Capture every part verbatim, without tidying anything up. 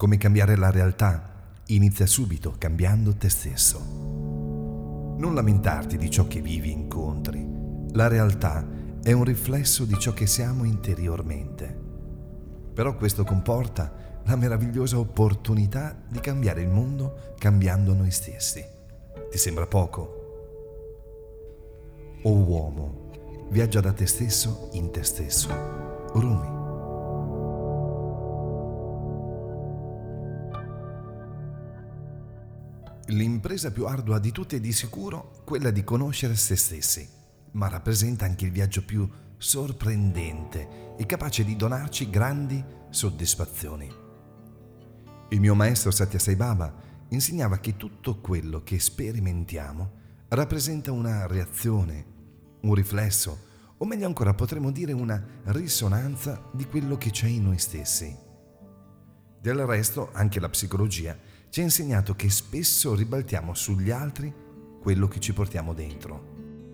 Come cambiare la realtà? Inizia subito cambiando te stesso. Non lamentarti di ciò che vivi e incontri. La realtà è un riflesso di ciò che siamo interiormente. Però questo comporta la meravigliosa opportunità di cambiare il mondo cambiando noi stessi. Ti sembra poco? O uomo, viaggia da te stesso in te stesso. Rumi. L'impresa più ardua di tutte è di sicuro quella di conoscere se stessi, ma rappresenta anche il viaggio più sorprendente e capace di donarci grandi soddisfazioni. Il mio maestro Satya Sai Baba insegnava che tutto quello che sperimentiamo rappresenta una reazione, un riflesso, o meglio ancora potremmo dire una risonanza di quello che c'è in noi stessi. Del resto, anche la psicologia ci ha insegnato che spesso ribaltiamo sugli altri quello che ci portiamo dentro.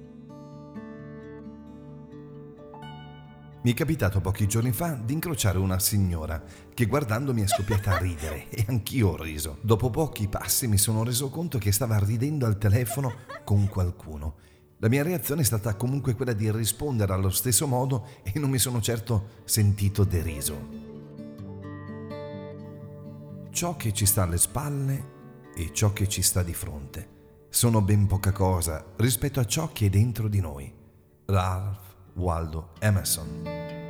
Mi è capitato pochi giorni fa di incrociare una signora che guardandomi è scoppiata a ridere e anch'io ho riso. Dopo pochi passi mi sono reso conto che stava ridendo al telefono con qualcuno. La mia reazione è stata comunque quella di rispondere allo stesso modo e non mi sono certo sentito deriso. Ciò che ci sta alle spalle e ciò che ci sta di fronte sono ben poca cosa rispetto a ciò che è dentro di noi. Ralph Waldo Emerson.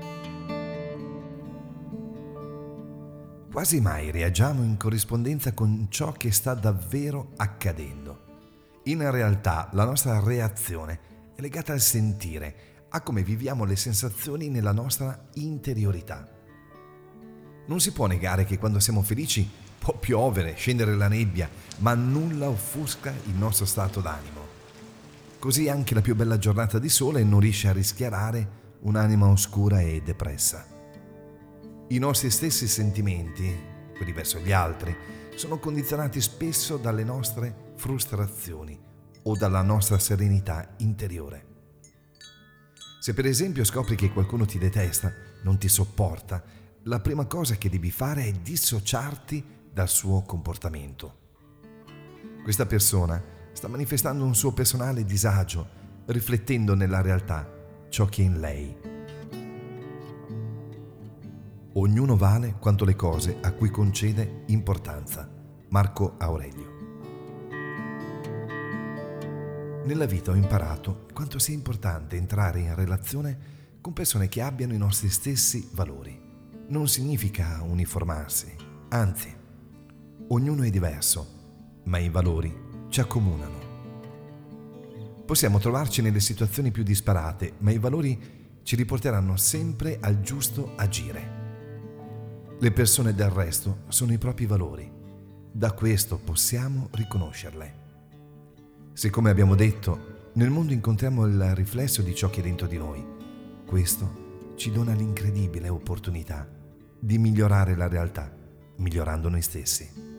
Quasi mai reagiamo in corrispondenza con ciò che sta davvero accadendo. In realtà la nostra reazione è legata al sentire, a come viviamo le sensazioni nella nostra interiorità. Non si può negare che quando siamo felici può piovere, scendere la nebbia, ma nulla offusca il nostro stato d'animo. Così anche la più bella giornata di sole non riesce a rischiarare un'anima oscura e depressa. I nostri stessi sentimenti, quelli verso gli altri, sono condizionati spesso dalle nostre frustrazioni o dalla nostra serenità interiore. Se per esempio scopri che qualcuno ti detesta, non ti sopporta, la prima cosa che devi fare è dissociarti dal suo comportamento. Questa persona sta manifestando un suo personale disagio, riflettendo nella realtà ciò che è in lei. Ognuno vale quanto le cose a cui concede importanza. Marco Aurelio. Nella vita ho imparato quanto sia importante entrare in relazione con persone che abbiano i nostri stessi valori. Non significa uniformarsi, anzi, ognuno è diverso, ma i valori ci accomunano. Possiamo trovarci nelle situazioni più disparate, ma i valori ci riporteranno sempre al giusto agire. Le persone del resto sono i propri valori. Da questo possiamo riconoscerle. Se, come abbiamo detto, nel mondo incontriamo il riflesso di ciò che è dentro di noi, questo ci dona l'incredibile opportunità di migliorare la realtà, migliorando noi stessi.